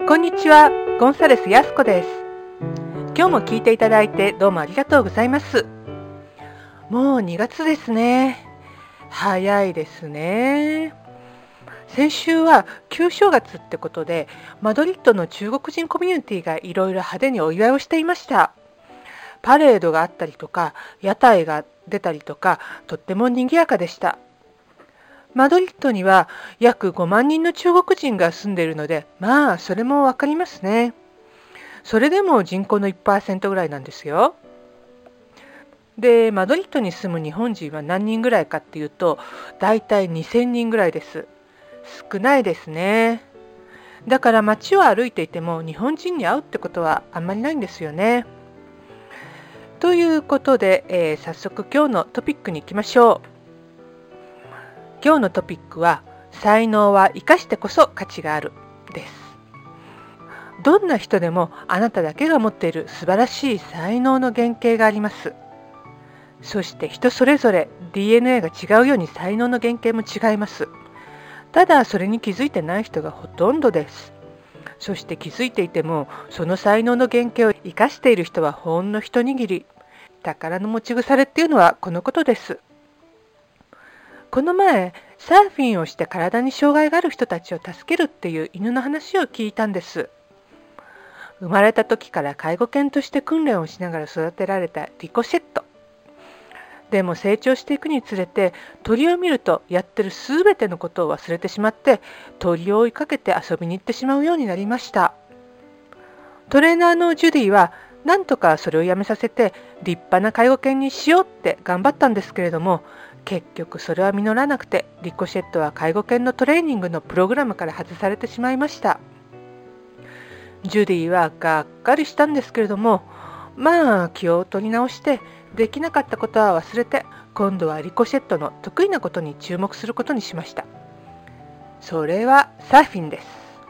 こんにちは、ゴンサレスやすこです。今日も聞いていただいてどうもありがとうございます。もう2月ですね。早いですね。先週は旧正月ってことで、マドリッドの中国人コミュニティがいろいろ派手にお祝いをしていました。パレードがあったりとか、屋台が出たりとか、とっても賑やかでした。マドリッドには約5万人の中国人が住んでいるので、まあそれもわかりますね。それでも人口の 1% ぐらいなんですよ。で、マドリッドに住む日本人は何人ぐらいかっていうと、だいたい2000人ぐらいです。少ないですね。だから街を歩いていても日本人に会うってことはあんまりないんですよね。ということで、早速今日のトピックに行きましょう。今日のトピックは、才能は生かしてこそ価値があるです。どんな人でもあなただけが持っている素晴らしい才能の原型があります。そして人それぞれ DNA が違うように才能の原型も違います。ただそれに気づいてない人がほとんどです。そして気づいていてもその才能の原型を生かしている人はほんの一握り。宝の持ち腐れっていうのはこのことです。この前、サーフィンをして体に障害がある人たちを助けるっていう犬の話を聞いたんです。生まれた時から介護犬として訓練をしながら育てられたリコシェット。でも成長していくにつれて、鳥を見るとやってるすべてのことを忘れてしまって、鳥を追いかけて遊びに行ってしまうようになりました。トレーナーのジュディは、なんとかそれをやめさせて立派な介護犬にしようって頑張ったんですけれども、結局それは実らなくて、リコシェットは介護犬のトレーニングのプログラムから外されてしまいました。ジュディはがっかりしたんですけれども、まあ気を取り直してできなかったことは忘れて、今度はリコシェットの得意なことに注目することにしました。それはサーフィンです。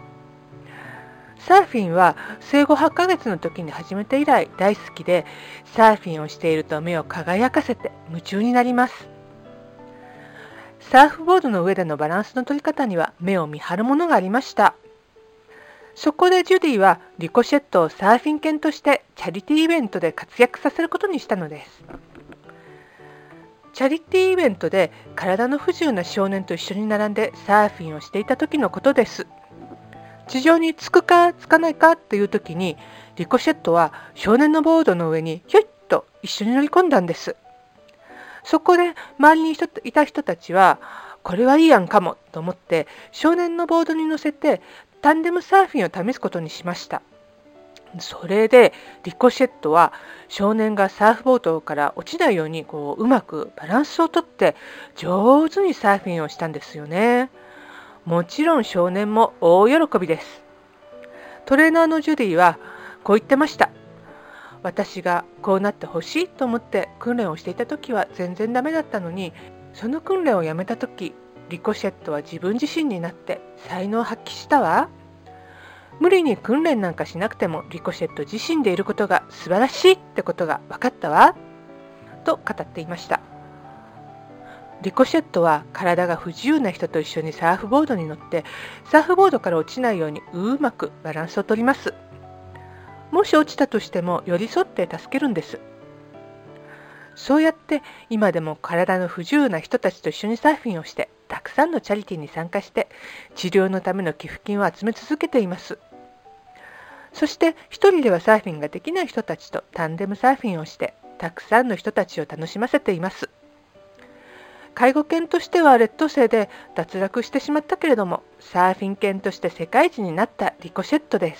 サーフィンは生後8ヶ月の時に始めて以来大好きで、サーフィンをしていると目を輝かせて夢中になります。サーフボードの上でのバランスの取り方には目を見張るものがありました。そこでジュディはリコシェットをサーフィン犬としてチャリティーイベントで活躍させることにしたのです。チャリティーイベントで体の不自由な少年と一緒に並んでサーフィンをしていた時のことです。地上に着くか着かないかっていう時に、リコシェットは少年のボードの上にひょいっと一緒に乗り込んだんです。そこで周りにいた人たちは、これはいい案かもと思って少年のボードに乗せてタンデムサーフィンを試すことにしました。それでリコシェットは少年がサーフボードから落ちないようにうまくバランスをとって上手にサーフィンをしたんですよね。もちろん少年も大喜びです。トレーナーのジュディはこう言ってました。私がこうなってほしいと思って訓練をしていた時は全然ダメだったのに、その訓練をやめた時、リコシェットは自分自身になって才能を発揮したわ。無理に訓練なんかしなくてもリコシェット自身でいることが素晴らしいってことが分かったわと語っていました。リコシェットは体が不自由な人と一緒にサーフボードに乗って、サーフボードから落ちないようにうまくバランスをとります。もし落ちたとしても寄り添って助けるんです。そうやって今でも体の不自由な人たちと一緒にサーフィンをして、たくさんのチャリティーに参加して治療のための寄付金を集め続けています。そして一人ではサーフィンができない人たちとタンデムサーフィンをして、たくさんの人たちを楽しませています。介護犬としては劣等生で脱落してしまったけれども、サーフィン犬として世界一になったリコシェットです。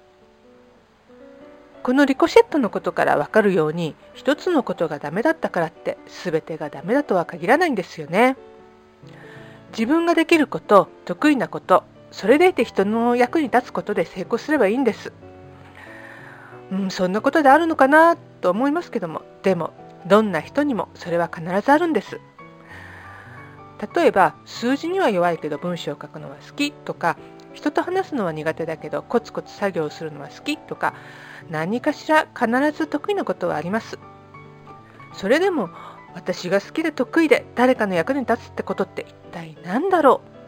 このリコシェットのことからわかるように、一つのことがダメだったからって全てがダメだとは限らないんですよね。自分ができること、得意なこと、それでいて人の役に立つことで成功すればいいんです。そんなことであるのかなと思いますけども、でもどんな人にもそれは必ずあるんです。例えば数字には弱いけど文章を書くのは好きとか、人と話すのは苦手だけどコツコツ作業をするのは好きとか、何かしら必ず得意なことはあります。それでも私が好きで得意で誰かの役に立つってことって一体何だろう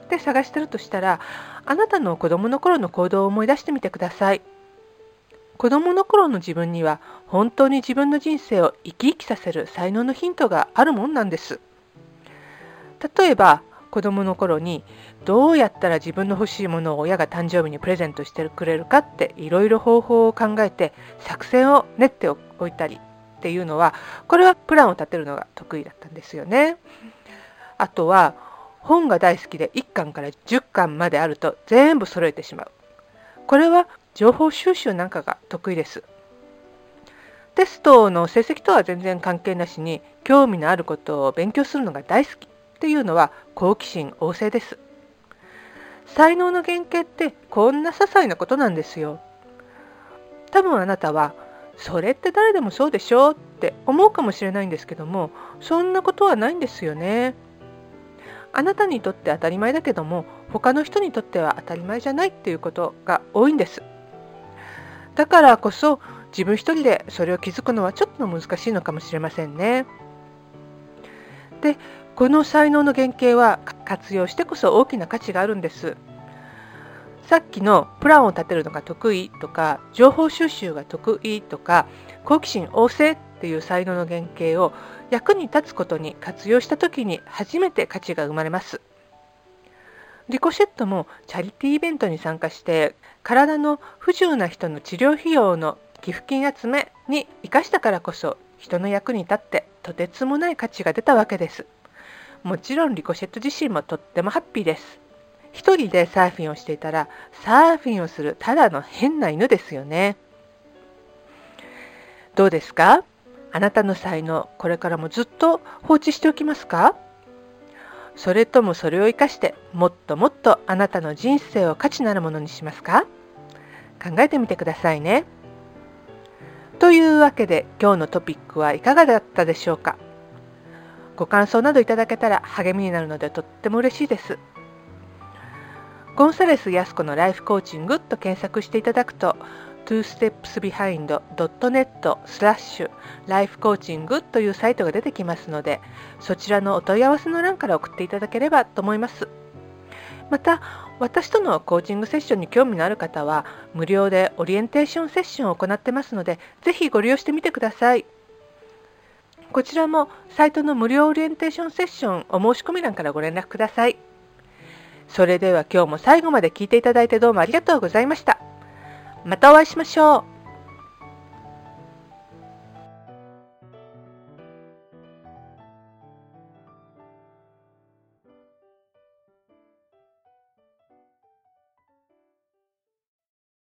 って探してるとしたら、あなたの子供の頃の行動を思い出してみてください。子供の頃の自分には本当に自分の人生を生き生きさせる才能のヒントがあるもんなんです。例えば子供の頃にどうやったら自分の欲しいものを親が誕生日にプレゼントしてくれるかっていろいろ方法を考えて作戦を練っておいたりっていうのは、これはプランを立てるのが得意だったんですよね。あとは本が大好きで1巻から10巻まであると全部揃えてしまう。これは情報収集なんかが得意です。テストの成績とは全然関係なしに興味のあることを勉強するのが大好きっていうのは好奇心旺盛です。才能の原型ってこんな些細なことなんですよ。多分あなたはそれって誰でもそうでしょって思うかもしれないんですけども、そんなことはないんですよね。あなたにとって当たり前だけども、他の人にとっては当たり前じゃないっていうことが多いんです。だからこそ自分一人でそれを気づくのはちょっと難しいのかもしれませんね。で、この才能の原型は活用してこそ大きな価値があるんです。さっきのプランを立てるのが得意とか、情報収集が得意とか、好奇心旺盛っていう才能の原型を役に立つことに活用したときに初めて価値が生まれます。リコシェットもチャリティーイベントに参加して体の不自由な人の治療費用の寄付金集めに生かしたからこそ、人の役に立ってとてつもない価値が出たわけです。もちろんリコシェット自身もとってもハッピーです。一人でサーフィンをしていたら、サーフィンをするただの変な犬ですよね。どうですか？あなたの才能、これからもずっと放置しておきますか？それともそれを生かしてもっともっとあなたの人生を価値のあるものにしますか？考えてみてくださいね。というわけで今日のトピックはいかがだったでしょうか？ご感想などいただけたら励みになるのでとっても嬉しいです。ゴンサレス・ヤスコのライフコーチングと検索していただくと twostepsbehind.net/lifecoaching というサイトが出てきますので、そちらのお問い合わせの欄から送っていただければと思います。また、私とのコーチングセッションに興味のある方は無料でオリエンテーションセッションを行ってますので、ぜひご利用してみてください。こちらもサイトの無料オリエンテーションセッションお申し込み欄からご連絡ください。それでは今日も最後まで聞いていただいてどうもありがとうございました。またお会いしましょう。